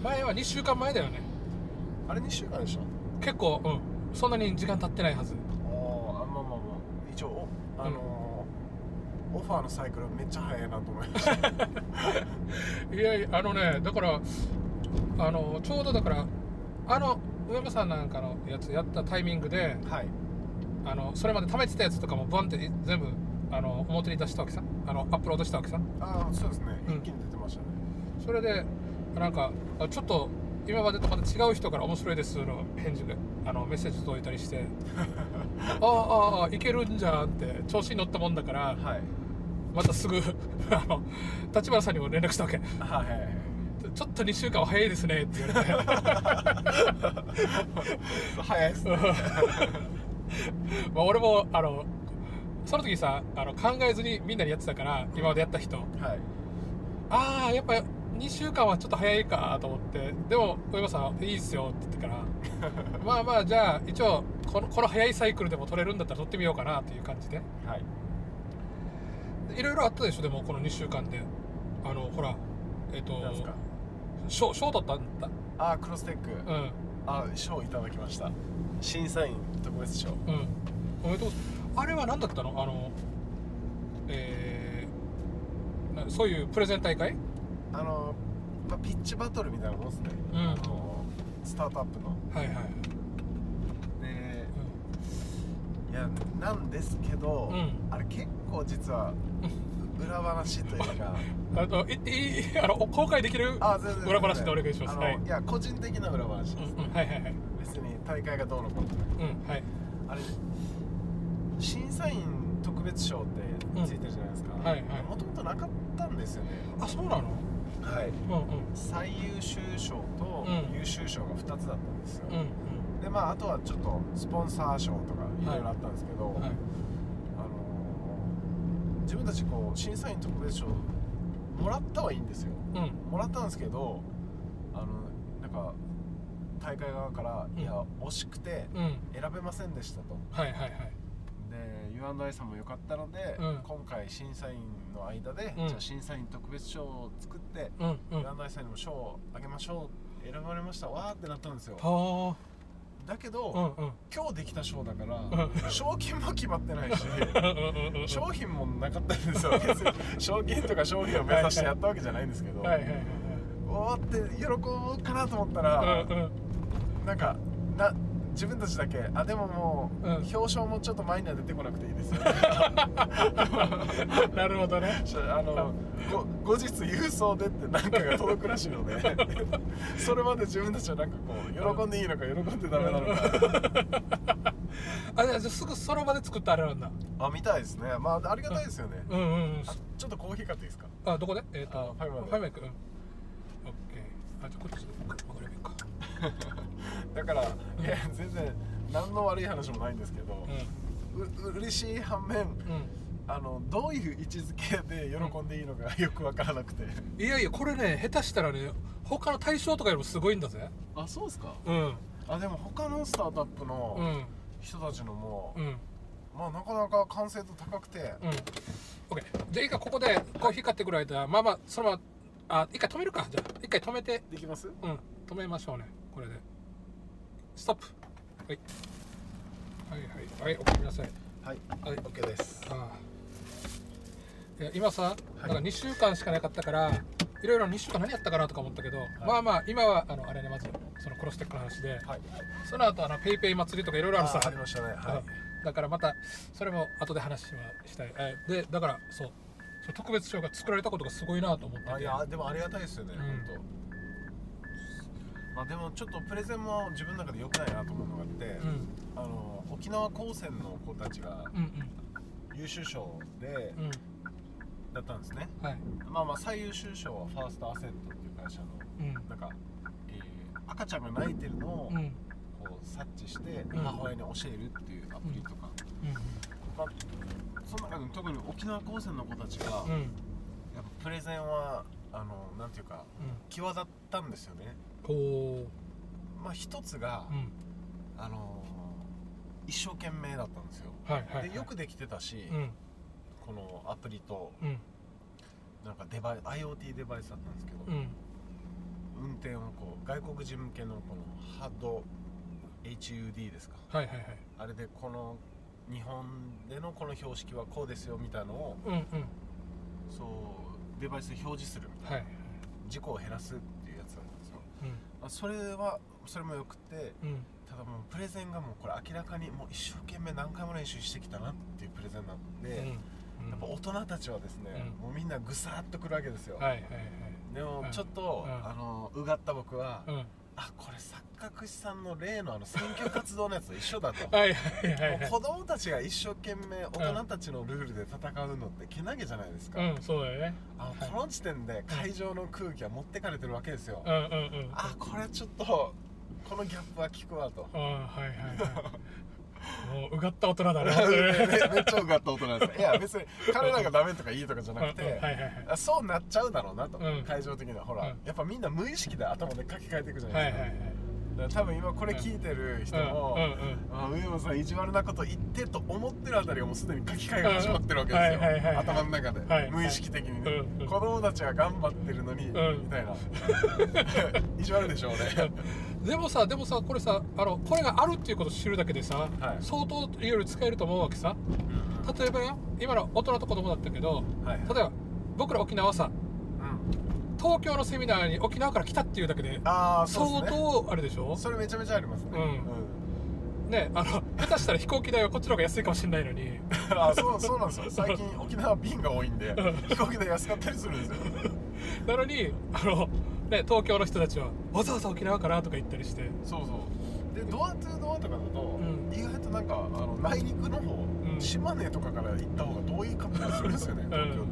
前は2週間前だよね。 あれ2週間でしょ。 結構そんなに時間経ってないはず。 まあ一応オファーのサイクルめっちゃ早いなと思いましたいやいやだからちょうどだから上山さんなんかのやつやったタイミングで、 はい、 それまで貯めてたやつとかもバンって全部表に出したわけさ、アップロードしたわけさ。 そうですね、一気に出てましたね。 それでなんかちょっと今までとまた違う人から面白いですの返事でメッセージ届いたりしてあいけるんじゃんって調子に乗ったもんだから、 はい、 またすぐ立花さんにも連絡したわけ。 はい、 ちょっと2週間は早いですねって言われて早いですねまあ俺もその時さ考えずにみんなにやってたから今までやった人、 はい、 やっぱ2週間はちょっと早いかと思って、でも上山さんいいっすよって言ってからまあじゃあ一応この早いサイクルでも取れるんだったら取ってみようかなという感じで、 はい、 いろいろあったでしょ。でもこの2週間でほらなんすか、 賞取ったんだ。 クロステック、賞いただきました。審査員特別賞。 おめでとう。あれは何だったの？そういうプレゼン大会？ ピッチバトルみたいなもんですね。スタートアップの。 はいはい。 で、いやなんですけど、あれ結構実は裏話というか公開できる裏話でお願いします。 いや個人的な裏話です。別に大会がどうのこうの。あれ審査員特別賞ってついてるじゃないですか。もともとなかったんですよね。 あ、そうなの？ はい。最優秀賞と優秀賞が2つだったんですよ。であとはちょっとスポンサー賞とかいろいろあったんですけど、自分たち審査員特別賞もらったはいいんですよ。もらったんですけど、なんか大会側からいや惜しくて選べませんでしたと。で U&I さんも良かったので、今回審査員の間で、じゃあ審査員特別賞を作って、U&I さんにも賞をあげましょう、選ばれましたわーってなったんですよ。だけど、今日できた賞だから、賞金も決まってないし商品もなかったんですよ。別に賞金とか商品を目指してやったわけじゃないんですけど、おーって喜ぶかなと思ったら、なんか自分たちだけでももう、表彰もちょっと前には出てこなくていいですよなるほどね。 後日郵送でって何かが届くらしいのでそれまで自分たちはなんか喜んでいいのか喜んでダメなのかじゃあすぐその場で作ったあれなんだ。 みたいですね。ありがたいですよね。ちょっとコーヒー買っていいですか？ どこで？ファイマイク。オッケー。じゃあこっちで分かればいいかだからいや全然何の悪い話もないんですけど、嬉しい反面、どういう位置づけで喜んでいいのかよく分からなくて、 いやこれね、下手したらね他の対象とかよりもすごいんだぜ。 そうですか。でも他のスタートアップの人たちのも、なかなか完成度高くて、 オッケー。じゃあいいか、ここでコーヒー買ってくる間そのまま一回止めるか。じゃあ一回止めて。 できます？ 止めましょうね。これでストップ。はい、おかけください。 はい、OK です。 いや今さ、なんか2週間しかなかったからいろいろ2週間何やったかなとか思ったけど、今はあれね、まずそのクロステックの話で、その後ペイペイ祭りとかいろいろあるさ。 ありましたね。 だからまたそれも後で話したい。でだからその特別賞が作られたことがすごいなと思ってて。 いやでもありがたいですよね、本当。でもちょっとプレゼンも自分の中で良くないなと思うのがあって、沖縄高専の子たちが優秀賞で、だったんですね。最優秀賞はファーストアセットっていう会社の、なんか、赤ちゃんが泣いてるのを察知して母親に教えるっていうアプリとか、その中で特に沖縄高専の子たちが、やっぱプレゼンはなんていうか、際立ったんですよね。一つが、一生懸命だったんですよ。でよくできてたし、このアプリと、なんかIoT デバイスだったんですけど、 運転をこう外国人向けのこのハッド HUD ですか、 はいはいはい、 あれでこの日本でのこの標識はこうですよみたいなのを、 うんうん、 そうデバイスで表示するみたいな、はい、事故を減らすっていうやつなんですよ、うん、それもよくて、うん、ただもうプレゼンがもうこれ明らかにもう一生懸命何回も練習してきたなっていうプレゼンなんで、うんうん、やっぱ大人たちはですね、うん、もうみんなぐさっとくるわけですよ、はいはいはい、でもちょっと、うがった僕は、あ、これ錯覚師さんの例の選挙活動のやつと一緒だとはいはいはい、はい、子供たちが一生懸命大人たちのルールで戦うのってけなげじゃないですか、 そうだよね、 この時点で会場の空気は持ってかれてるわけですよ、あ、これちょっとこのギャップは効くわと、はいはいはいもううがった大人だねめっちゃうがった大人です。いや別に彼らがダメとかいいとかじゃなくて、そうなっちゃうだろうなと、会場的にはほら、やっぱみんな無意識で頭で書き換えていくじゃないですか、多分今これ聞いてる人も上山さん意地悪なこと言ってと思ってるあたりがもうすでに書き換えが始まってるわけですよ、頭の中で、無意識的にね、子供たちは頑張ってるのに、みたいな意地悪でしょうねでもさこれさこれがあるっていうことを知るだけでさ、相当いろいろ使えると思うわけさ、例えばよ、今の大人と子供だったけど、例えば僕ら沖縄さ、東京のセミナーに沖縄から来たっていうだけで相当あれでしょ。 それめちゃめちゃありますね、 ね、下手したら飛行機代はこっちの方が安いかもしれないのにそうなんですよ、最近沖縄便が多いんで飛行機代安かったりするんですよなのにね、東京の人たちはわざわざ沖縄からとか言ったりして、 そうでドアトゥードアとかだと、意外となんか内陸の方、島根とかから行った方が遠いかったりするんですよね、東京って、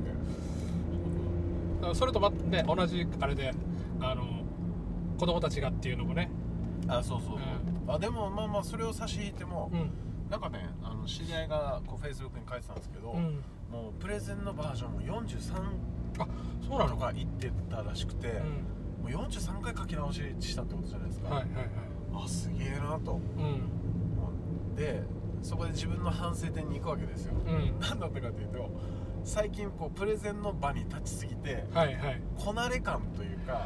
それとね、同じあれで子供たちがっていうのもね、 そう、でもまあそれを差し引いても、なんかね、知り合いがこう Facebook に書いてたんですけど、もうプレゼンのバージョンも43とか言ってたらしくて、もう43回書き直ししたってことじゃないですか、すげえなと、でそこで自分の反省点に行くわけですよ、何だったかというと、最近こうプレゼンの場に立ちすぎて、こなれ感というか、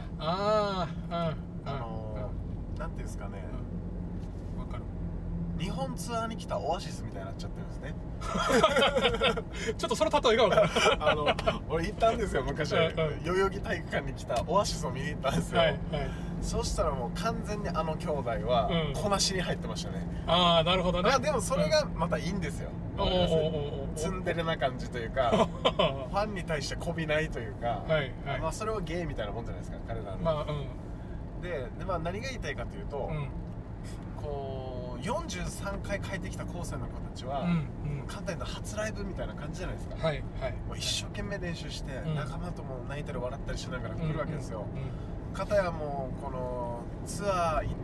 なんていうんですかね、 わかる、 日本ツアーに来たオアシスみたいになっちゃってるんですねちょっとその例えが分かる俺行ったんですよ昔、代々木体育館に来たオアシスを見に行ったんですよ、そしたらもう完全に兄弟はこなしに入ってましたね、 なるほどね。 でもそれがまたいいんですよ、ツンデレな感じというかファンに対してこびないというか、まあそれは芸みたいなもんじゃないですか、彼らの、で何が言いたいかというと、こう43回帰ってきた高専の子たちは、簡単に言うと初ライブみたいな感じじゃないですか、もう一生懸命練習して、仲間とも泣いたり笑ったりしながら来るわけですよ、片やもうこのツアー行って、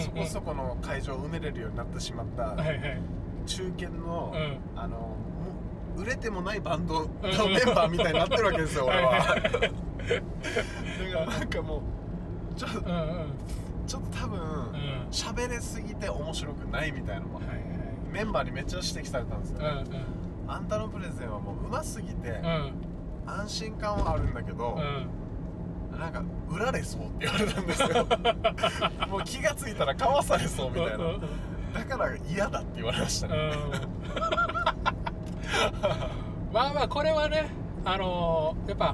そこそこの会場を埋めれるようになってしまった、中堅の、売れてもないバンドのメンバーみたいになってるわけですよ俺はだからなんかもうちょっと多分喋れすぎて面白くないみたいなのも、メンバーにめっちゃ指摘されたんですよね、あんたのプレゼンはもう上手すぎて、安心感はあるんだけど、なんか売られそうって言われたんですよもう気がついたら買わされそうみたいな、だから嫌だって言われましたねまあこれはね、やっぱ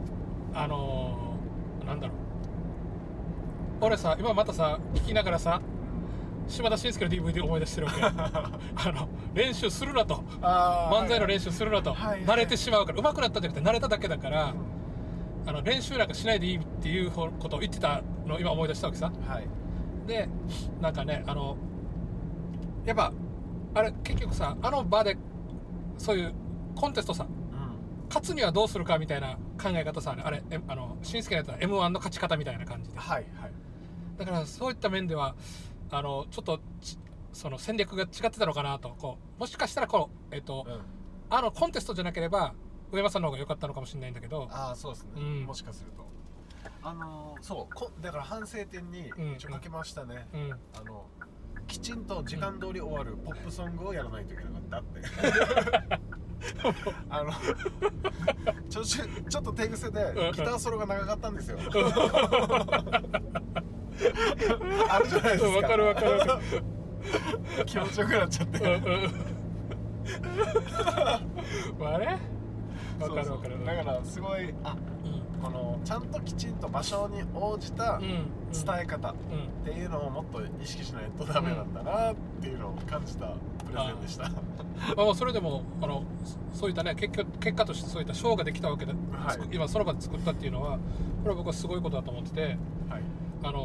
なんだろう、俺さ今またさ聞きながらさ、島田紳介の DVD 思い出してるわけ練習するなと、漫才の練習するなと、慣れてしまうから、上手くなったんじゃなくて慣れただけだから、練習なんかしないでいいっていうことを言ってたのを今思い出したわけさ、でなんかね、やっぱあれ結局さ、場でそういうコンテストさ、勝つにはどうするかみたいな考え方さ、あれ紳介のやつは M1 の勝ち方みたいな感じで、だからそういった面ではちょっとその戦略が違ってたのかなと、もしかしたらコンテストじゃなければ上山さんの方が良かったのかもしれないんだけど、 そうですね、もしかするとそうだから反省点に一応書きましたね、きちんと時間通り終わるポップソングをやらないといけなかったってちょっと手癖でギターソロが長かったんですよあるじゃないですか。 わかる気持ちよくなっちゃって、 あれわかるだからすごいこのちゃんときちんと場所に応じた伝え方っていうのをもっと意識しないとダメなんだなっていうのを感じたプレゼンでした。 それでもそういったね結果としてそういったショーができたわけで、はい、今その場で作ったっていうのはこれは僕はすごいことだと思ってて、はい、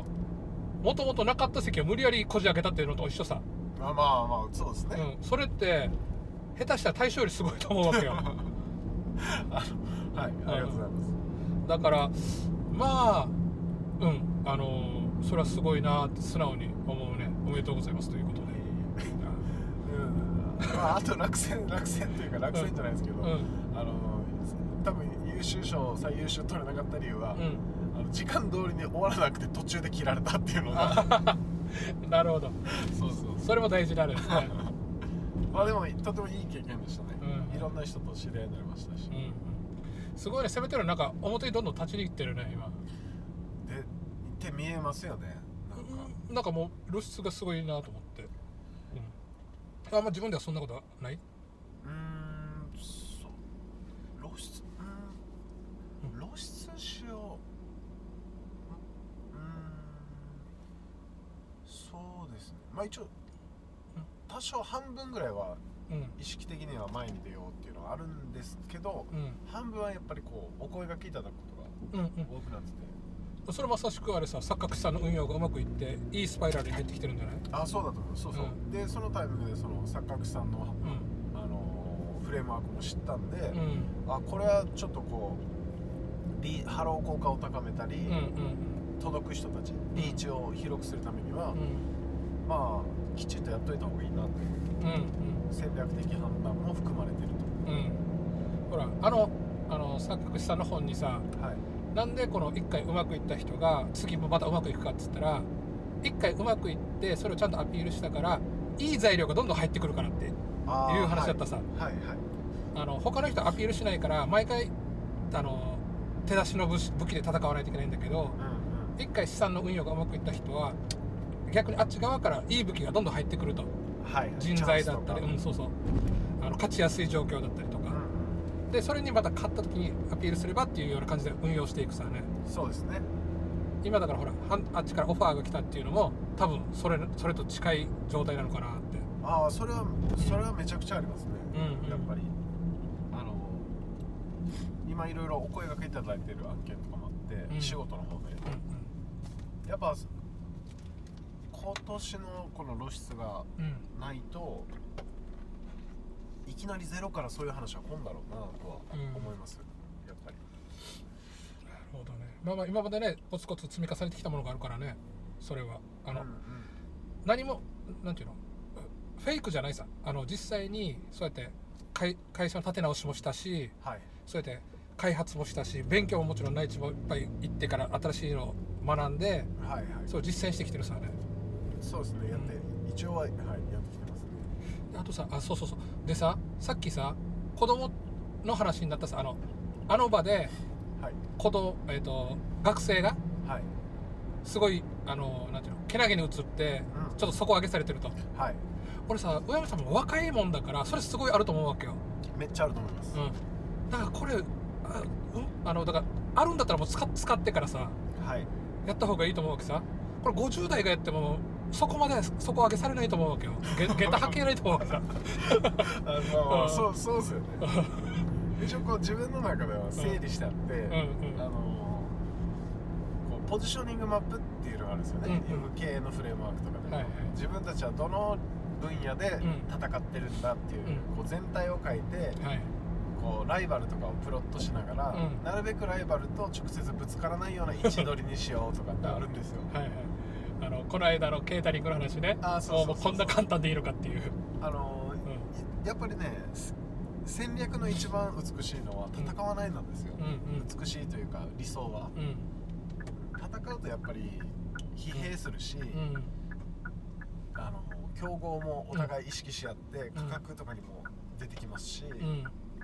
もともとなかった席を無理やりこじ開けたっていうのと一緒さ。 まあそうですね、 それって下手したら大将よりすごいと思うわけよはい、 ありがとうございます。 だからまあそれはすごいなって素直に思うね。おめでとうございますということであと落選というか落選じゃないですけど、多分優秀賞最優秀取れなかった理由は、時間通りに終わらなくて途中で切られたっていうのがなるほど。 そうそれも大事なるですねまあでもとてもいい経験でしたね、いろんな人と知り合いになりましたし、 すごいね。攻めてるなんか表にどんどん立ちに行ってるね今でって見えますよね。 なんかもう露出がすごいなと思って、あんま自分ではそんなことはない。 そう露出しよう。そうですね。まあ一応多少半分ぐらいは意識的には前に出ようっていうのはあるんですけど、半分はやっぱりこうお声がけいただくことが多くなってて、 それまさしくあれさ、錯覚さんの運用がうまくいっていいスパイラルに入ってきてるんじゃない？ そうだと思う。そう、でそのタイミングでその錯覚さんの、フレームワークも知ったんで、これはちょっとこうハロー効果を高めたり、届く人たちリーチを広くするためには、まあきちんとやっといた方がいいなっていう、戦略的判断も含まれてると。 ほら錯覚さんの本にさ、なんでこの1回うまくいった人が次もまたうまくいくかっつったら、1回うまくいってそれをちゃんとアピールしたからいい材料がどんどん入ってくるからっていう話だったさ。他の人はアピールしないから毎回手出しの武器で戦わないといけないんだけど、1回資産の運用がうまくいった人は逆にあっち側からいい武器がどんどん入ってくると、人材だったり、勝ちやすい状況だったりとか、でそれにまた勝った時にアピールすればっていうような感じで運用していくさね。 そうですね。 今だからほらあっちからオファーが来たっていうのも多分それと近い状態なのかなって。 それはめちゃくちゃありますね、やっぱり今いろいろお声がけいただいてる案件とかもあって、仕事の方で、やっぱ今年のこの露出がないと、いきなりゼロからそういう話は来んだろうなとは思います、やっぱり。 なるほどね。まあ今までねコツコツ積み重ねてきたものがあるからね、それは何もなんていうのフェイクじゃないさ。実際にそうやって会社の立て直しもしたし、そうやって開発もしたし、勉強ももちろん内地もいっぱい行ってから新しいのを学んで、そう実践してきてるさね。そうですね。 一応はやってきてますね。 あとさ、そうでさ、さっきさ子供の話になったさ、あの場で、学生が、すごいなんていうのけなげに映って、ちょっと底上げされてると。俺さ、上山さんも若いもんだからそれすごいあると思うわけよ。 めっちゃあると思います。 だからこれだからあるんだったらもう使ってからさ、やった方がいいと思うわけさ。これ50代がやってもそこまで底上げされないと思うわけよ。下駄履けないと思うわけさそうですよね一応こう自分の中では整理してあって、ポジショニングマップっていうのがあるんですよね、経営のフレームワークとかで、自分たちはどの分野で戦ってるんだっていう、こう全体を書いて、こうライバルとかをプロットしながら、なるべくライバルと直接ぶつからないような位置取りにしようとかってあるんですよこの間のケータリングの話ね。もうこんな簡単でいいのかっていうやっぱりね、戦略の一番美しいのは戦わないなんですよ、美しいというか理想は、戦うとやっぱり疲弊するし、競合もお互い意識し合って価格とかにも出てきますし、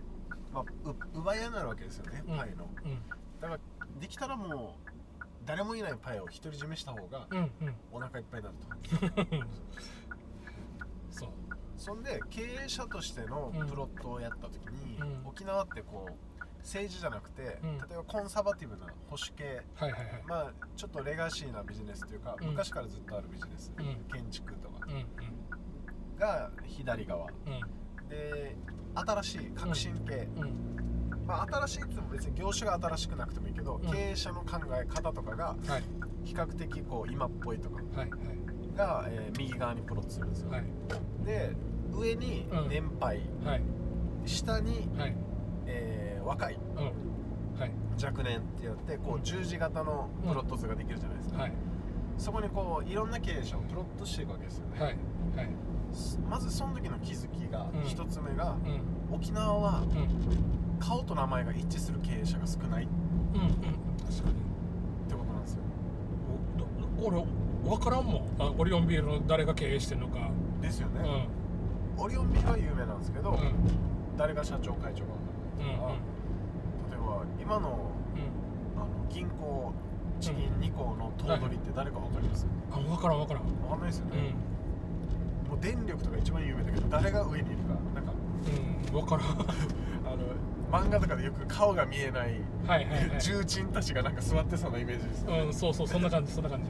まあ、奪い合いになるわけですよね、パイの、だからできたらもう誰もいないパイを独り占めした方がお腹いっぱいになると、 そう。 そんで経営者としてのプロットをやった時に、沖縄ってこう政治じゃなくて、例えばコンサバティブな保守系、まあちょっとレガシーなビジネスというか、昔からずっとあるビジネス、建築とかが左側、で新しい革新系、まあ新しいって言っても別に業種が新しくなくてもいいけど、経営者の考え方とかが比較的こう今っぽいとかが、右側にプロットするんですよ、で上に年配、下に、若い、若年ってやってこう十字型のプロット図ができるじゃないですか、そこにこういろんな経営者をプロットしていくわけですよね、まずその時の気づきが一つ目が、沖縄は顔と名前が一致する経営者が少ない、確かにってことなんですよ。 俺分からんもん、オリオンビールの誰が経営してるのかですよね、オリオンビールは有名なんですけど、誰が社長会長か分からないから、例えば今の、銀行地銀2行の頭取って誰か分かります？ 分からん分かんないですよね、もう電力とか一番有名だけど誰が上にいるかなんか分からん漫画とかでよく顔が見えない重鎮たちがなんか座ってそうなイメージですね。 そうそう、そんな感じそんな感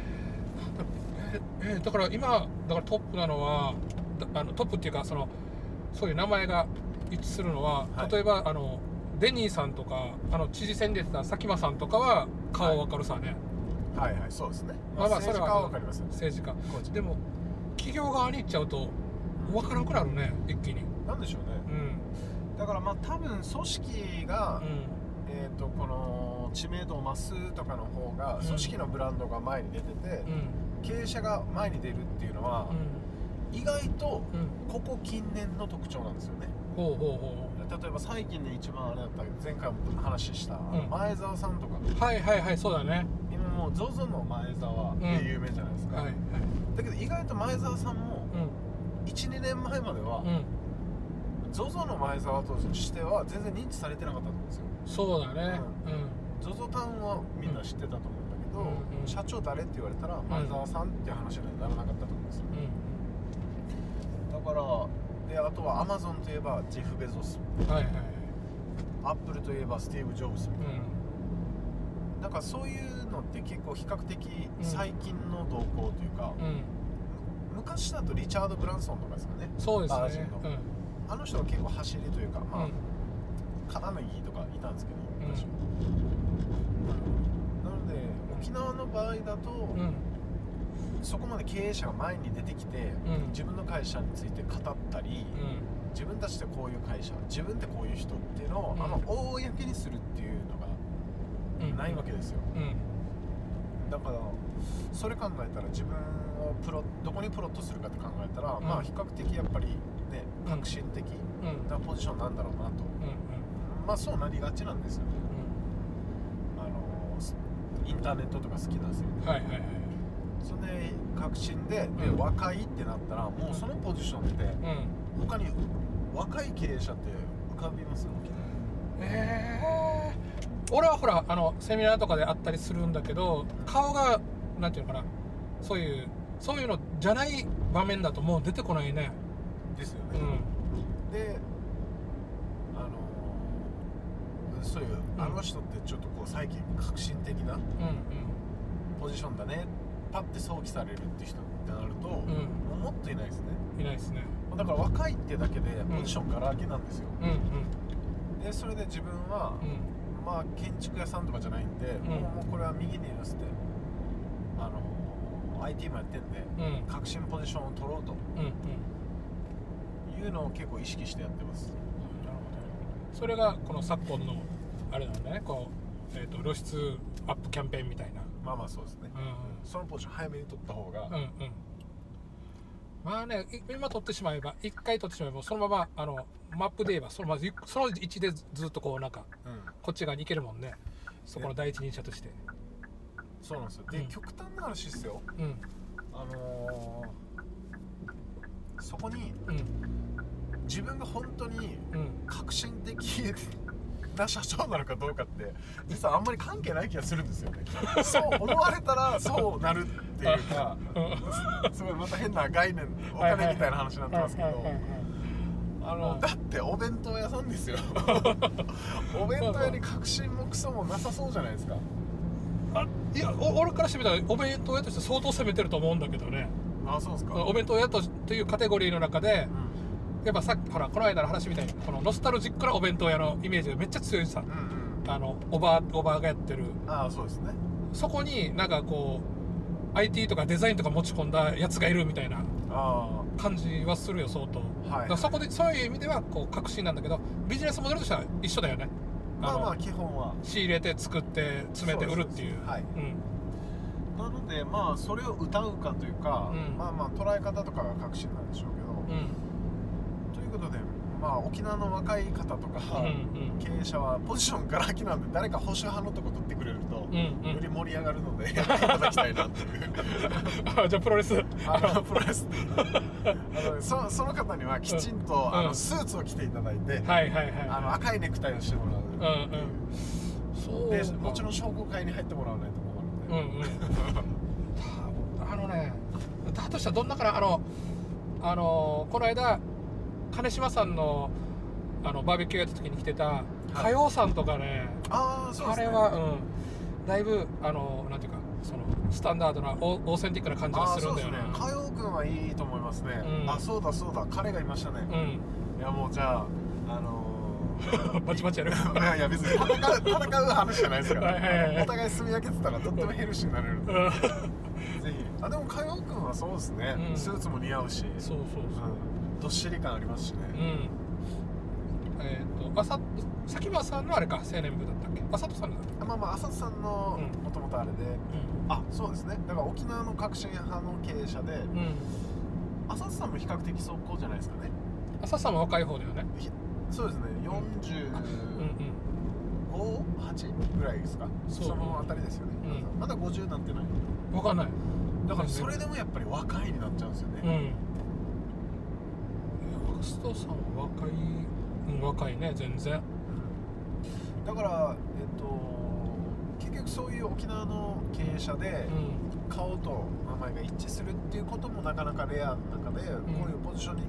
じ。だから今だからトップなのはトップっていうかそういう名前が一致するのは、例えばデニーさんとか知事選で出た佐喜眞さんとかは顔分かるさね。 そうですね。 政治家は分かりますよね。 政治家でも企業側に行っちゃうと分からなくなるね、一気に。 なんでしょうね、だからまあ多分組織が、この知名度を増すとかの方が、組織のブランドが前に出てて、経営者が前に出るっていうのは、意外とここ近年の特徴なんですよね。例えば最近で一番あれだったけど、前回も話した前澤さんとか、 そうだね。 今もう ZOZO の前澤で有名じゃないですか、だけど意外と前澤さんも 1,2 年前までは、ZOZO の前澤としては全然認知されてなかったと思うんですよ。 そうだね、 ZOZO タウンはみんな知ってたと思うんだけど、社長誰って言われたら前澤さんっていう話にはならなかったと思うんですよ、だからで、あとは Amazon といえばジェフ・ベゾス、アップルといえばスティーブ・ジョブズ、なんかそういうのって結構比較的最近の動向というか、昔だとリチャード・ブランソンとかですかね。 そうですね、 あの人は結構走りというか、まあ、肩のいいとかいたんですけど、昔は、なので沖縄の場合だと、そこまで経営者が前に出てきて、自分の会社について語ったり、自分たちでこういう会社、自分ってこういう人っていうのを、公にするっていうのがないわけですよ、だからそれ考えたら自分をどこにプロットするかって考えたら、まあ比較的やっぱりね、革新的なポジションなんだろうなと、まあそうなりがちなんですよね、インターネットとか好きなんですよ、それで革新で、若いってなったらもうそのポジションって、他に若い経営者って浮かびます？ 俺はほらセミナーとかであったりするんだけど、顔がなんていうのかな、そういうのじゃない場面だともう出てこないね。 ですよね、でそういう、あの人ってちょっとこう最近革新的なポジションだね、パッて想起されるって人ってなると、もっといないですね。 いないですね。 だから若いってだけでポジションガラ空きなんですよ、でそれで自分は、まあ建築屋さんとかじゃないんで、もうこれは右に寄せてIT もやってんで、革新ポジションを取ろうと、いうのを結構意識してやってます。なるほど。それがこの昨今のあれなんだね、こう、露出アップキャンペーンみたいな。 まあそうですね、そのポジション早めに取った方が、 まあね、今取ってしまえば、一回取ってしまえばそのままマップで言えばその位置でずっとこうなんか、こっち側に行けるもんね、そこの第一人者として。 そうなんですよ。で、極端な話ですよ、そこに、 自分が本当に革新的な社長なのかどうかって実はあんまり関係ない気がするんですよね。そう思われたらそうなるっていうかすごいまた変な概念お金みたいな話になってますけど、だってお弁当屋さんですよお弁当屋に革新もクソもなさそうじゃないですか。 いや俺からしてみたらお弁当屋として相当攻めてると思うんだけどね。 そうですか。 お弁当屋というカテゴリーの中で、やっぱさっきほらこの間の話みたいにこのノスタルジックなお弁当屋のイメージがめっちゃ強いさ、おばあがやってる。 そうですね。 そこになんかこう IT とかデザインとか持ち込んだやつがいるみたいな感じはするよ相当。だからそこでそういう意味ではこう革新なんだけど、ビジネスモデルとしては一緒だよね。 基本は仕入れて作って詰めて売るっていう。 なのでそれを歌うかというか、捉え方とかが革新なんでしょうけど、ということで沖縄の若い方とか、経営者はポジションがらきなんで誰か保守派のとこ取ってくれると、より盛り上がるのでやっていただきたいなっていうじゃあプロレスプロレスその方にはきちんとスーツを着ていただいて、赤いネクタイをしてもらうで、もちろん商工会に入ってもらわないと困るので、 だとしたらどんなかな、この間金島さんのバーベキューやった時に来てた歌謡さんとかね、 そうですね、 あれは、だいぶなんていうかそのスタンダードなオーセンティックな感じがするんだよね。 歌謡くんはいいと思いますね。そうだ彼がいましたね。いやもうじゃあバチバチやるいや別に戦う話じゃないですからお互い住み分けてたらとってもヘルシーになれるんでぜひ。でも歌謡くんはそうですね、スーツも似合うし、 そうどっしり感ありますしね。 崎間さんのあれか青年部だったっけ、浅戸さんだっけ。 浅戸さんのもともとあれで、そうですね。だから沖縄の革新派の経営者で、浅戸さんも比較的速攻じゃないですかね。 浅戸さんも若い方だよね。 そうですね、45、8ぐらいですか。そのあたりですよね。まだ50なんてない。 分かんない。 だからそれでもやっぱり若いになっちゃうんですよね。 浅戸さんは若いね、全然。 だから結局そういう沖縄の経営者で、顔と名前が一致するっていうこともなかなかレアな中で、こういうポジショニン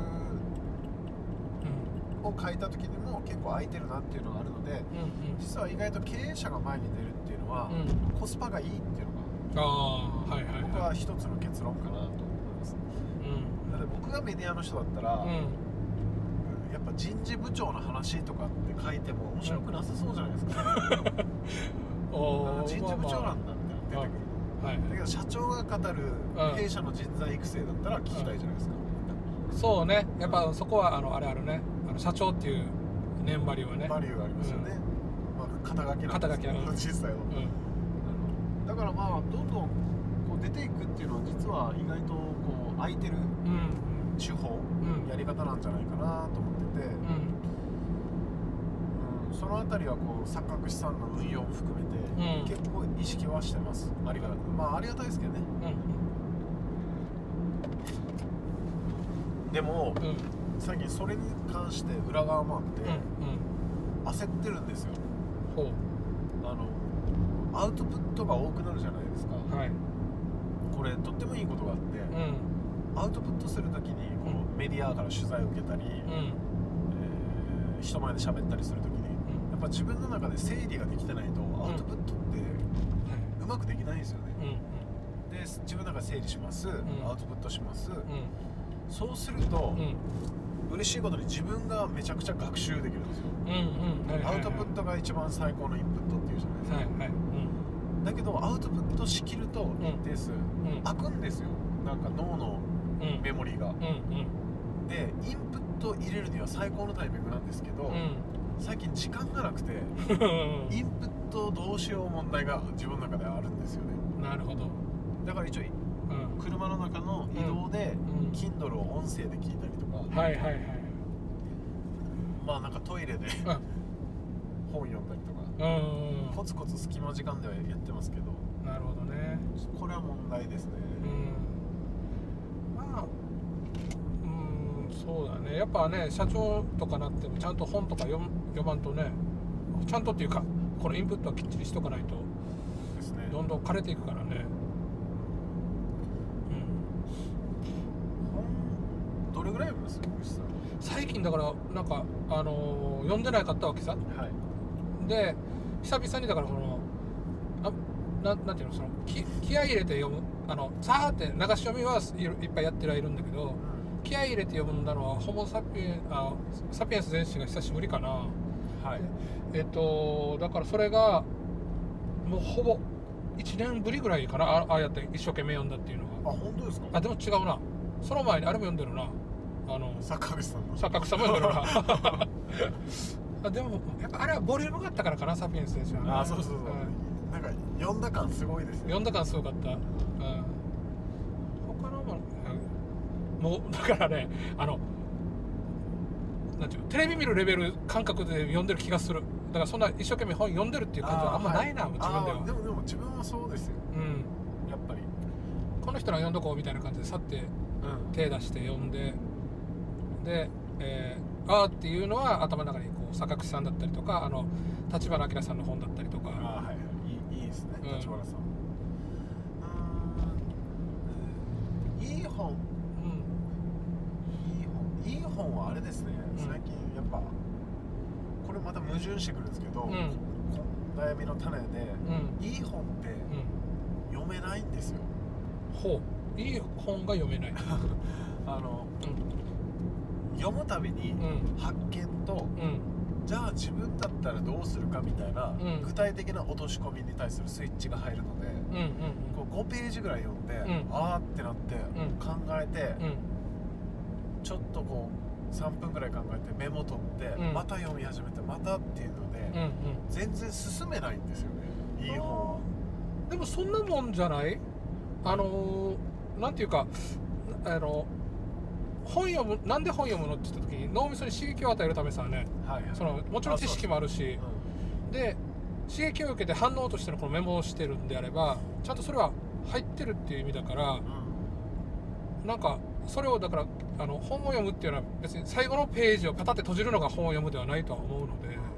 グを書いた時にも結構空いてるなっていうのがあるので、実は意外と経営者が前に出るっていうのは、コスパがいいっていうのが、僕は一つの結論かなと思います。だって僕がメディアの人だったら、やっぱ人事部長の話とかって書いても面白くなさそうじゃないですか。人事部長なんだって出てくる。だけど社長が語る弊社の人材育成だったら聞きたいじゃないですか。 そうね、やっぱそこはあれあるね、社長っていうネームバリューはね、 バリューがありますよね。肩書きなんですけど、実際は。だからどんどんこう出ていくっていうのは実は意外とこう空いてる手法、やり方なんじゃないかなと思ってて、そのあたりはこう錯覚資産の運用も含めて、結構意識はしてます。ありがたいですけどね。でも、最近それに関して裏側もあって、焦ってるんですよ。アウトプットが多くなるじゃないですか。これとってもいいことがあって、アウトプットするときにこのメディアから取材を受けたり、人前で喋ったりするときに、やっぱ自分の中で整理ができてないとアウトプットってうまくできないんですよね。で自分の中で整理します、アウトプットします、そうすると、嬉しいことに自分がめちゃくちゃ学習できるんですよ。アウトプットが一番最高のインプットっていうじゃないですか。だけどアウトプットしきると一定数開くんですよ。なんか脳のメモリーが。でインプット入れるには最高のタイミングなんですけど、最近時間がなくてインプットどうしよう問題が自分の中であるんですよね。 なるほど。 だから一応車の中の移動で Kindle を音声で聞いたりとか、なんかトイレで本読んだりとか、コツコツ隙間時間ではやってますけど。 なるほどね。 これは問題ですね。 そうだね、やっぱね社長とかなってもちゃんと本とか読まんとね、ちゃんとっていうかこのインプットはきっちりしとかないとですね、 どんどん枯れていくからね。 どれぐらい読みます？ 最近だからなんか読んでないかったわけさ、はい、で久々にだからそのなんていうの、その気合い入れて読むさーって流し読みはいっぱいやってはいるんだけど、気合い入れて読むんだのはホモサピエンス全史が久しぶりかな。はい、だからそれがもうほぼ1年ぶりぐらいかな、ああやって一生懸命読んだっていうのは。 あ、本当ですか？ あ、でも違うな、その前にあれも読んでるな、 坂口さんの坂口さんも読んでるなでもやっぱあれはボリュームがあったからかな、サピエンス選手は、ね、 あ、そうそうそう、なんか読んだ感すごいですよ、 読んだ感すごかった、他のもうだからね、なんていうの、テレビ見るレベル感覚で読んでる気がする。だからそんな一生懸命本読んでるっていう感じはあんまないな、はい、自分では。 でも自分はそうですよ、やっぱりこの人ら読んどこうみたいな感じで去って、手出して読んで、で、あーっていうのは頭の中にこう坂口さんだったりとか立花明さんの本だったりとか。 はいはい、いいですね、立花さん。いい本、いい本はあれですね、最近やっぱこれまた矛盾してくるんですけど、悩みの種で、いい本って読めないんですよ。 ほう、いい本が読めない読むたびに発見と、じゃあ自分だったらどうするかみたいな、具体的な落とし込みに対するスイッチが入るので、こう5ページぐらい読んで、あーってなって、考えて、ちょっとこう3分ぐらい考えてメモ取って、また読み始めてまたっていうので、全然進めないんですよね、いい本は。 でもそんなもんじゃない？なんていうか本読む、なんで本読むのって言った時に脳みそに刺激を与えるためさね、もちろん知識もあるし、で刺激を受けて反応としてのこのメモをしてるんであればちゃんとそれは入ってるっていう意味だから、なんかそれをだから本を読むっていうのは別に最後のページをパタって閉じるのが本を読むではないとは思うの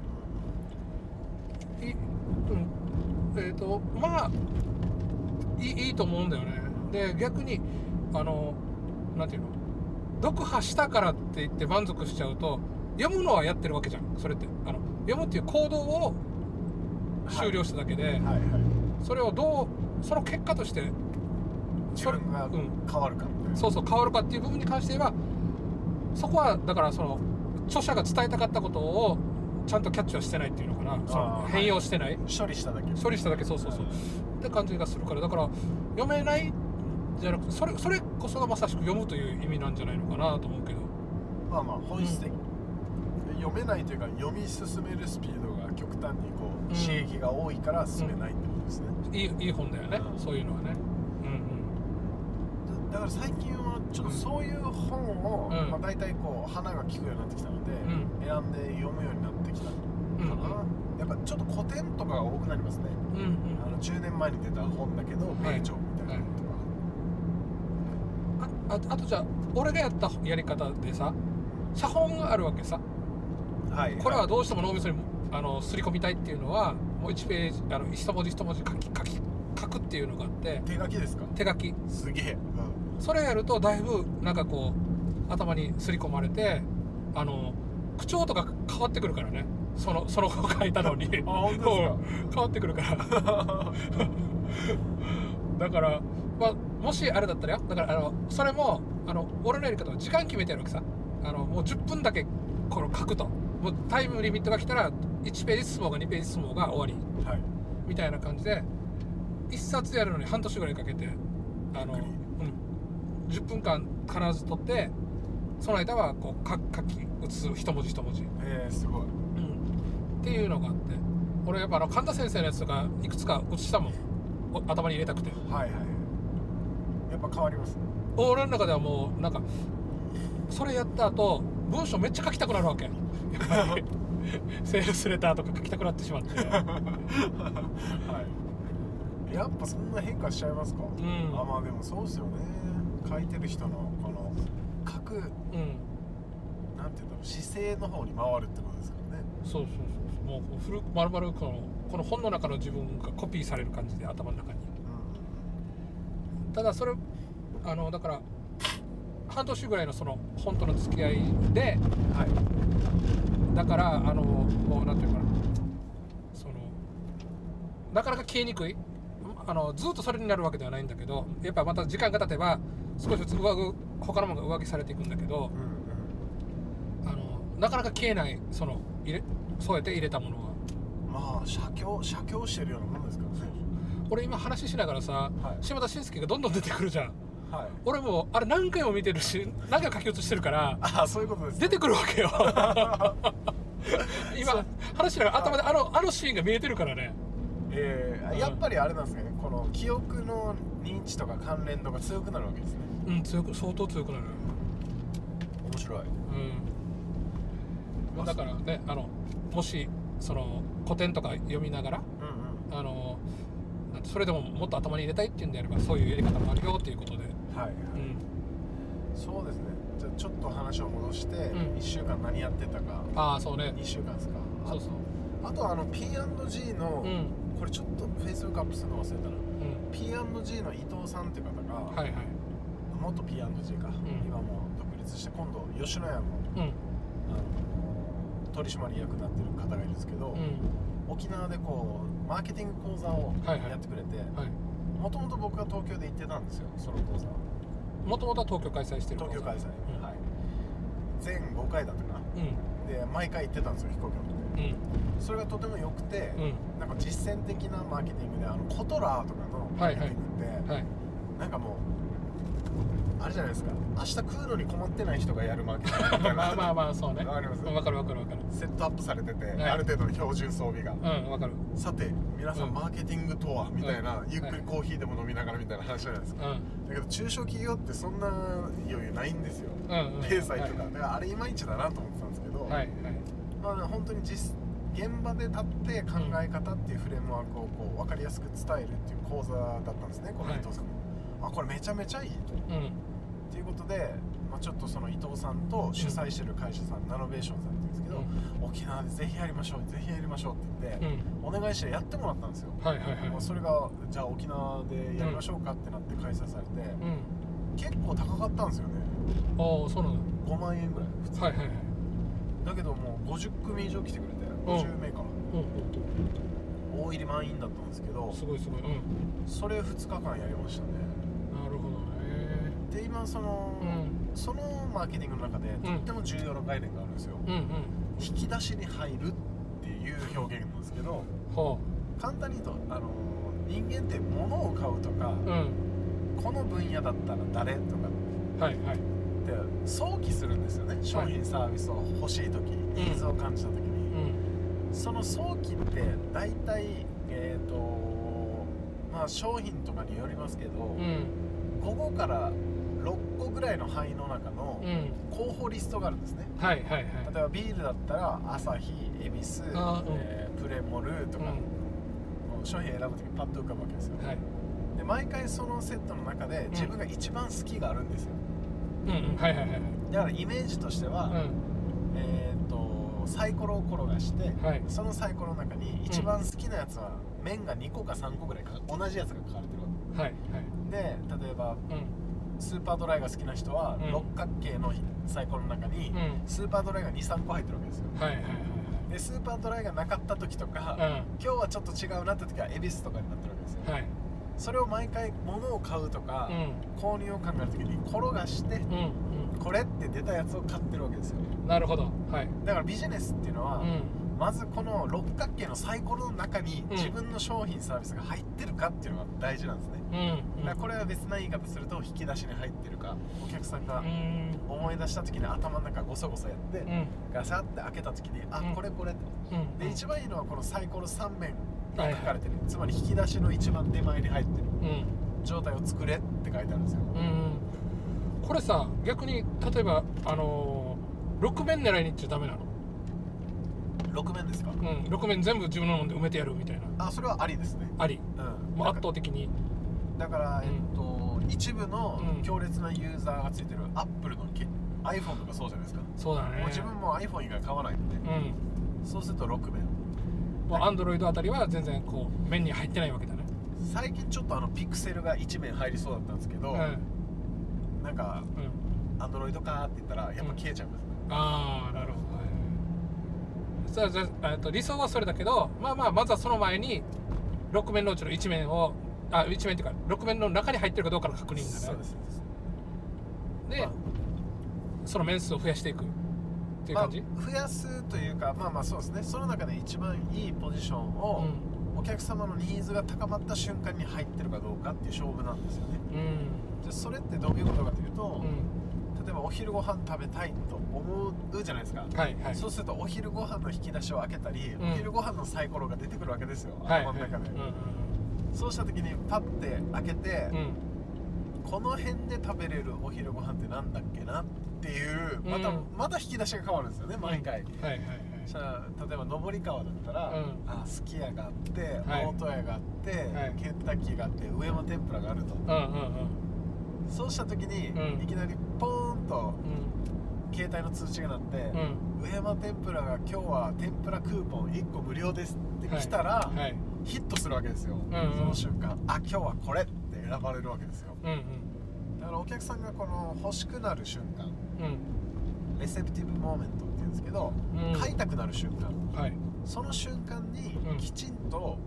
で、まあいいと思うんだよね。で逆になんていうの、読破したからって言って満足しちゃうと読むのはやってるわけじゃん。それって読むっていう行動を終了しただけで、それをその結果として自分が変わるかみたいな、 そう変わるかっていう部分に関して言えば、そこはだからその著者が伝えたかったことをちゃんとキャッチはしてないっていうのかな、その変容してない、 処理しただけ、 そうって感じがするから、だから読めないじゃなくてそれこそがまさしく読むという意味なんじゃないのかなと思うけど、 まあ本質的に、読めないというか読み進めるスピードが極端にこう刺激が多いから進めないってことですね、 いい本だよね、そういうのはね、 だから最近はちょっとそういう本を、大体こう花が利くようになってきたので、選んで読むようになってきたかな、やっぱちょっと古典とかが多くなりますね、10年前に出た本だけど名著みたいなのとか、 あとじゃあ俺がやったやり方でさ、写本があるわけさ、これはどうしても脳みそにすり込みたいっていうのはもう1ページ一文字一文字書くっていうのがあって。 手書きですか？ 手書き、 すげえ、 それやるとだいぶなんかこう頭にすり込まれて口調とか変わってくるからね、その子書いたのにあ、本当ですか？ 変わってくるからだから、もしあれだったらよ、だからそれも俺のやり方は時間決めてやるわけさ、もう10分だけこの書くと、もうタイムリミットが来たら1ページ進もうが2ページ進もうが終わり、みたいな感じで1冊やるのに半年ぐらいかけて10分間必ず取って、その間はこう書き写す一文字一文字、 すごい、 っていうのがあって、俺やっぱ神田先生のやつとかいくつか写したもん、頭に入れたくて、 やっぱ変わりますね。 俺の中ではもうなんかそれやった後文章めっちゃ書きたくなるわけやっぱりセールスレターとか書きたくなってしまってやっぱそんな変化しちゃいますか？まあでもそうですよね。書いてる人のこの書くなんていうんだろう、姿勢の方に回るってことですからね。 そうもう丸々この本の中の自分がコピーされる感じで頭の中に、ただそれだから半年ぐらいのその本との付き合いで、はい、だからもうなんていうかな、なかなか消えにくい、ずっとそれになるわけではないんだけど、やっぱまた時間が経てば少しずつ他のものが上書きされていくんだけど、なかなか消えない、そうやって入れたものはまあ写経してるようなものですからね。 俺今話しながらさ、はい、島田紳介がどんどん出てくるじゃん、はい、俺もあれ何回も見てるし何回も書き写してるから、 そういうことです、ね、 出てくるわけよ今話しながら頭であのシーンが見えてるからね。 やっぱりあれなんですね、この記憶の認知とか関連度が強くなるわけですね。 相当強くなる。 面白い。 だからね、もしその古典とか読みながら、それでももっと頭に入れたいっていうんであればそういうやり方もあるよっていうことで、はい、 そうですね。じゃあちょっと話を戻して、1週間何やってたか。 そうね。 2週間ですか。 そう。 あとP&G の、これちょっと Facebook アップするの忘れたな、P&G の伊藤さんって方が、はいはい、元 P&G か、今もう独立して今度吉野家の、取締役になってる方がいるんですけど、沖縄でこうマーケティング講座をやってくれて、もともと僕が東京で行ってたんですよ、その講座。 もともとは東京開催してる東京開催、はい、全5回だったかな、で毎回行ってたんですよ、飛行機の時で、それがとても良くて、なんか実践的なマーケティングでコトラーとかのマーケティングって、なんかもうあれじゃないですか、明日食うのに困ってない人がやるマーケティングみたいなまあそうね、 わかります。 わかるセットアップされてて、ある程度の標準装備が、 わかる。 さて皆さん、マーケティングとはみたいな、ゆっくりコーヒーでも飲みながらみたいな話じゃないですか、だけど中小企業ってそんな余裕ないんですよ、零細とか、だからあれいまいちだなと思ってたんですけど、本当に現場で立って考え方っていうフレームワークをこう分かりやすく伝えるっていう講座だったんですね、この伊藤さんも。これめちゃめちゃいいと、っていうことで、ちょっとその伊藤さんと主催してる会社さん、ナノベーションさんって言うんですけど、沖縄でぜひやりましょうって言って、お願いしてやってもらったんですよ。それがじゃあ沖縄でやりましょうかってなって開催されて、結構高かったんですよね。 そうなんだ。 5万円ぐらい普通、だけどもう50組以上来てくれて、50名か、大入り満員だったんですけど、 すごい、 それ2日間やりましたね。 なるほどね。 で今そのマーケティングの中でとっても重要な概念があるんですよ、引き出しに入るっていう表現なんですけど、簡単に言うと人間って物を買うとか、この分野だったら誰とかって想起するんですよね、商品サービスを欲しい時、ニーズを感じた時に、その想起って大体商品とかによりますけど、5個から6個ぐらいの範囲の中の候補リストがあるんですね。例えばビールだったらアサヒ、エビス、プレモルとか、商品選ぶときパッと浮かぶわけですよ、で毎回そのセットの中で自分が一番好きがあるんですよ、だからイメージとしては、サイコロを転がして、そのサイコロの中に一番好きなやつは面が2個か3個ぐらい同じやつが書かれてるわけ、で例えば、スーパードライが好きな人は、六角形のサイコロの中に、スーパードライが 2,3 個入ってるわけですよ、でスーパードライがなかった時とか、今日はちょっと違うなって時は恵比寿とかになってるわけですよ、それを毎回物を買うとか、購入を考える時に転がして、これって出たやつを買ってるわけですよ。 なるほど、 だからビジネスっていうのは、まずこの六角形のサイコロの中に自分の商品サービスが入ってるかっていうのが大事なんですね、だからこれは別な言い方すると引き出しに入ってるか、お客さんが思い出した時に頭の中ゴソゴソやって、ガシャって開けた時にこれこれって、で一番いいのはこのサイコロ3面が書かれてる、つまり引き出しの一番手前に入ってる状態を作れって書いてあるんですよ、 これさ、逆に例えば6面狙いに行っちゃダメなの ？6面ですか ？6面全部自分のもので埋めてやるみたいな。 それはありですね。 あり、もう圧倒的に。 だから一部の強烈なユーザーがついてるアップルの iPhone とかそうじゃないですか。 そうだね。 もう自分も iPhone 以外買わないんで、そうすると6面。 もう Android あたりは全然こう面に入ってないわけだね。 最近ちょっとピクセルが1面入りそうだったんですけど、なんか、Android かって言ったらやっぱ消えちゃいますね。 ああ、なるほど。じゃあ理想はそれだけど、まずはその前に6面のうちの1面を1面っていうか6面の中に入ってるかどうかの確認だね。 そうです。 で、その面数を増やしていくっていう感じ、 増やすというか、そうですね。その中で一番いいポジションを、お客様のニーズが高まった瞬間に入ってるかどうかっていう勝負なんですよね。じゃあそれってどういうことかというと、例えばお昼ご飯食べたいと思うじゃないですか。そうするとお昼ご飯の引き出しを開けたり、お昼ご飯のサイコロが出てくるわけですよ、頭の中で。そうした時にパッて開けて、この辺で食べれるお昼ご飯ってなんだっけなっていう、また引き出しが変わるんですよね、毎回。例えば上り川だったら、すき家があって、大戸屋があって、ケンタッキーがあって、上山天ぷらがあると。そうした時に、いきなりポーンと、携帯の通知が鳴って、上山天ぷらが今日は天ぷらクーポン1個無料ですって来たら、ヒットするわけですよ、その瞬間。今日はこれって選ばれるわけですよ。だからお客さんがこの欲しくなる瞬間、レセプティブモーメントって言うんですけど、買いたくなる瞬間、その瞬間にきちんと、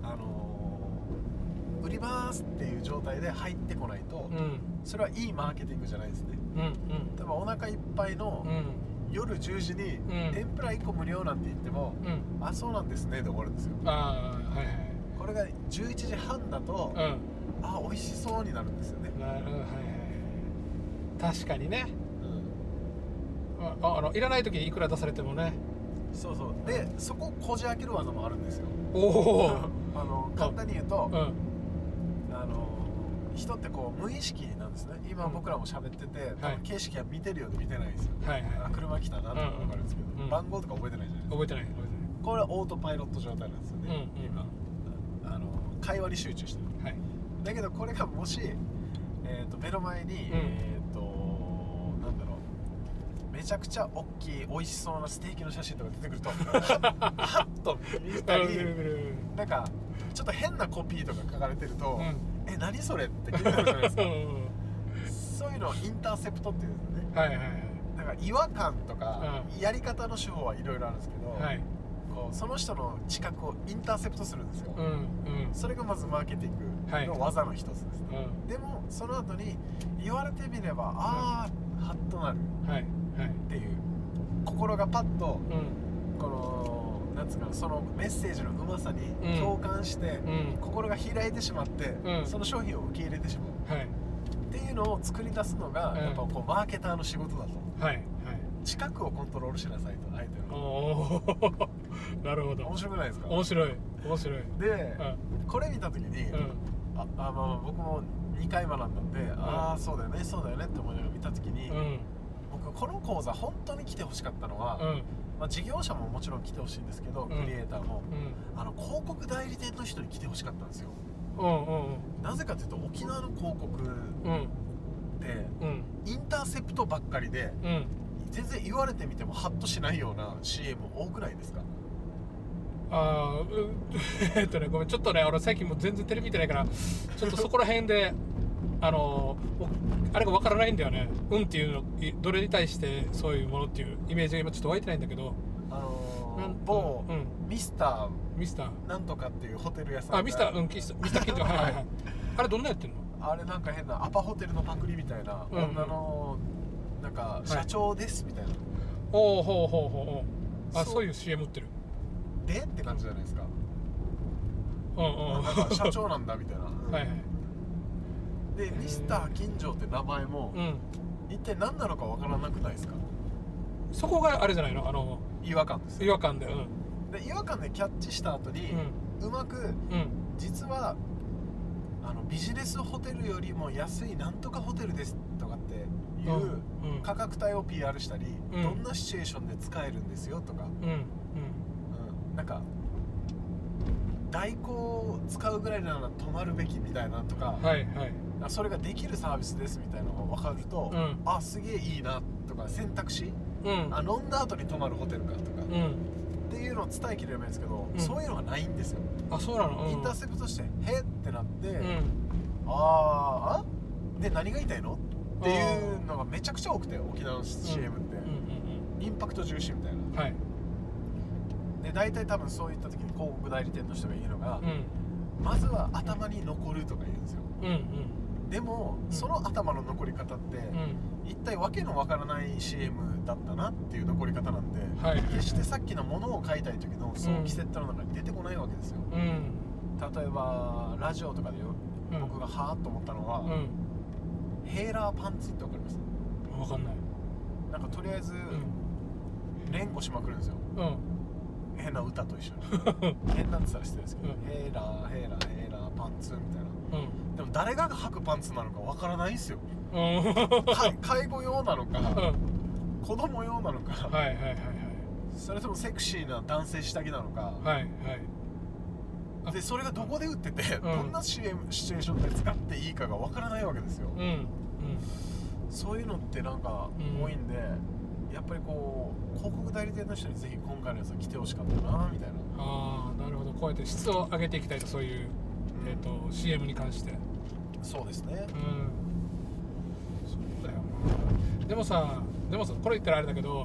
売りますっていう状態で入ってこないと、それはいいマーケティングじゃないですね。例えばお腹いっぱいの、夜10時に天ぷら1個無料なんて言っても、あ、そうなんですねで終わるんですよ。これが11時半だと、あ、美味しそうになるんですよね。 確かにね。いらない時にいくら出されてもね。 そうで、そこをこじ開ける技もあるんですよ。簡単に言うと、人ってこう無意識なんですね。今僕らも喋ってて、景色は見てるようで見てないですよ。車来たなとか分かるんですけど、番号とか覚えてないじゃないですか。 覚えてない。 これはオートパイロット状態なんですよね、今。会話に集中してる。だけどこれがもし、目の前に、なんだろう、めちゃくちゃ大きい美味しそうなステーキの写真とか出てくるとハッと見たり、なんかちょっと変なコピーとか書かれてると、何それって気になるじゃないですか。そういうのをインターセプトっていうんですよね。だから違和感とか、やり方の手法はいろいろあるんですけど、こうその人の知覚をインターセプトするんですよ。それがまずマーケティングの技の一つですね。でもその後に言われてみれば、ハッとなるっていう、心がパッと、このなんつうか、そのメッセージのうまさに共感して、心が開いてしまって、その商品を受け入れてしまう、っていうのを作り出すのが、やっぱこうマーケターの仕事だと。近くをコントロールしなさいと、相手の。 なるほど。 面白くないですか？ 面白い。 で、これ見た時に、僕も2回学んだんで、そうだよねって思いながら見た時に、僕この講座本当に来てほしかったのは、事業者ももちろん来てほしいんですけど、クリエイターも、広告代理店の人に来てほしかったんですよ。なぜかというと、沖縄の広告って、インターセプトばっかりで、全然言われてみてもハッとしないような CM 多くないですか？ ごめん、ちょっとね、俺最近もう全然テレビ見てないから、ちょっとそこら辺であれが分からないんだよね。っていうの、どれに対してそういうものっていうイメージが今ちょっと湧いてないんだけど、 某ミスターなんとかっていうホテル屋さんが、 ミスター近所、あれどんなやってんの？ あれなんか変なアパホテルのパクリみたいな、女のなんか社長ですみたいな。 そういう CM 売ってるでって感じじゃないですか。なんか社長なんだみたいな。で、ミスター金城って名前も、一体何なのかわからなくないですか？ そこがあれじゃないの？ 違和感ですよ。 違和感で、 で、違和感でキャッチした後に、うまく、実はビジネスホテルよりも安いなんとかホテルですとかっていう価格帯を PR したり、どんなシチュエーションで使えるんですよとか、なんか代行を使うぐらいなら泊まるべきみたいなとか、 それができるサービスですみたいなのが分かると、あ、すげえいいなとか選択肢、あ、飲んだ後に泊まるホテルかとか、っていうのを伝えきればいいんですけど、そういうのがないんですよ。 あ、そうなの。 インターセプトしてへってなって、あで何が言いたいのっていうのがめちゃくちゃ多くて、沖縄の CM って、インパクト重視みたいな。はい。で大体多分そういった時に広告代理店の人が言うのが、まずは頭に残るとか言うんですよ。でも、その頭の残り方って、一体わけのわからない CM だったなっていう残り方なんで、決してさっきのものを買いたい時の早期セットの中に出てこないわけですよ。例えばラジオとかで僕がはーっと思ったのは、ヘーラーパンツってわかります？ わかんない。 なんかとりあえず連呼しまくるんですよ。変な歌と一緒に変なんて言ったら失礼ですけど、ヘーラーヘーラーヘーラーパンツみたいな、でも誰が履くパンツなのかわからないんですよ。介護用なのか、子供用なのか、それともセクシーな男性下着なのか、でそれがどこで売ってて、どんなシチュエーションで使っていいかがわからないわけですよ。そういうのってなんか多いんで、やっぱりこう広告代理店の人にぜひ今回のやつは来てほしかったなみたいな。 ああ、なるほど。こうやって質を上げていきたいと、そういう、CM に関して。 そうですね。 そうだよな。でもさこれ言ったらあれだけど、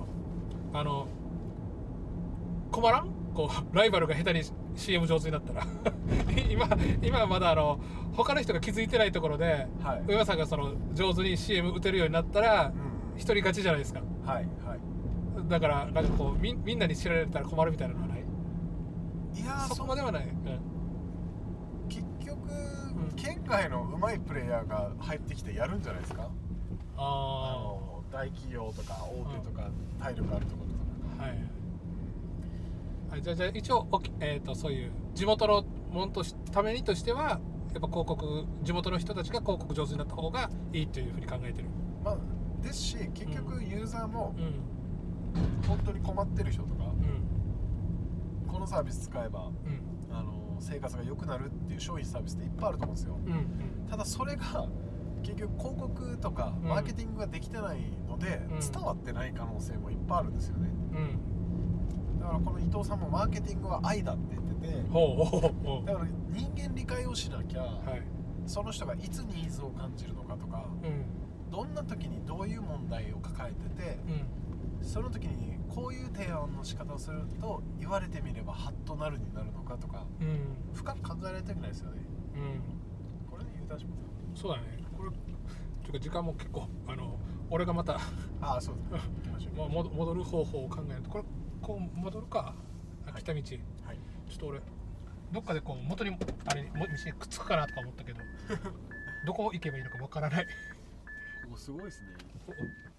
困らん？こうライバルが下手に CM 上手になったら今はまだ他の人が気づいてないところで、上山さんがその上手に CM 打てるようになったら、一人勝ちじゃないですか。だからなんかこうみんなに知られたら困るみたいなのはない？ いや、 そこまではない。 結局、県外の上手いプレイヤーが入ってきてやるんじゃないですか。大企業とか大手とか体力あるところとか。 じゃあ一応、そういう地元のものとためにとしては、やっぱ広告、地元の人たちが広告上手になった方がいいというふうに考えてる。 まあですし、結局ユーザーも本当に困ってる人とか、このサービス使えば、生活が良くなるっていう商品サービスっていっぱいあると思うんですよ。ただそれが結局広告とかマーケティングができてないので、伝わってない可能性もいっぱいあるんですよね。だからこの伊藤さんもマーケティングは愛だって言ってて、だから人間理解をしなきゃ、その人がいつニーズを感じるのかとか、どんな時にどういう問題を抱えてて、その時にこういう提案の仕方をすると言われてみればハッとなるになるのかとか、深く考えられたくないですよね。これで言うたします。 そうだね。これというか時間も結構俺がまたそうです。行きましょう。 戻る方法を考えると、これこう戻るか、来た道、ちょっと俺どっかでこう元にあれ道にくっつくかなとか思ったけどどこ行けばいいのかわからない。 ここすごいですね。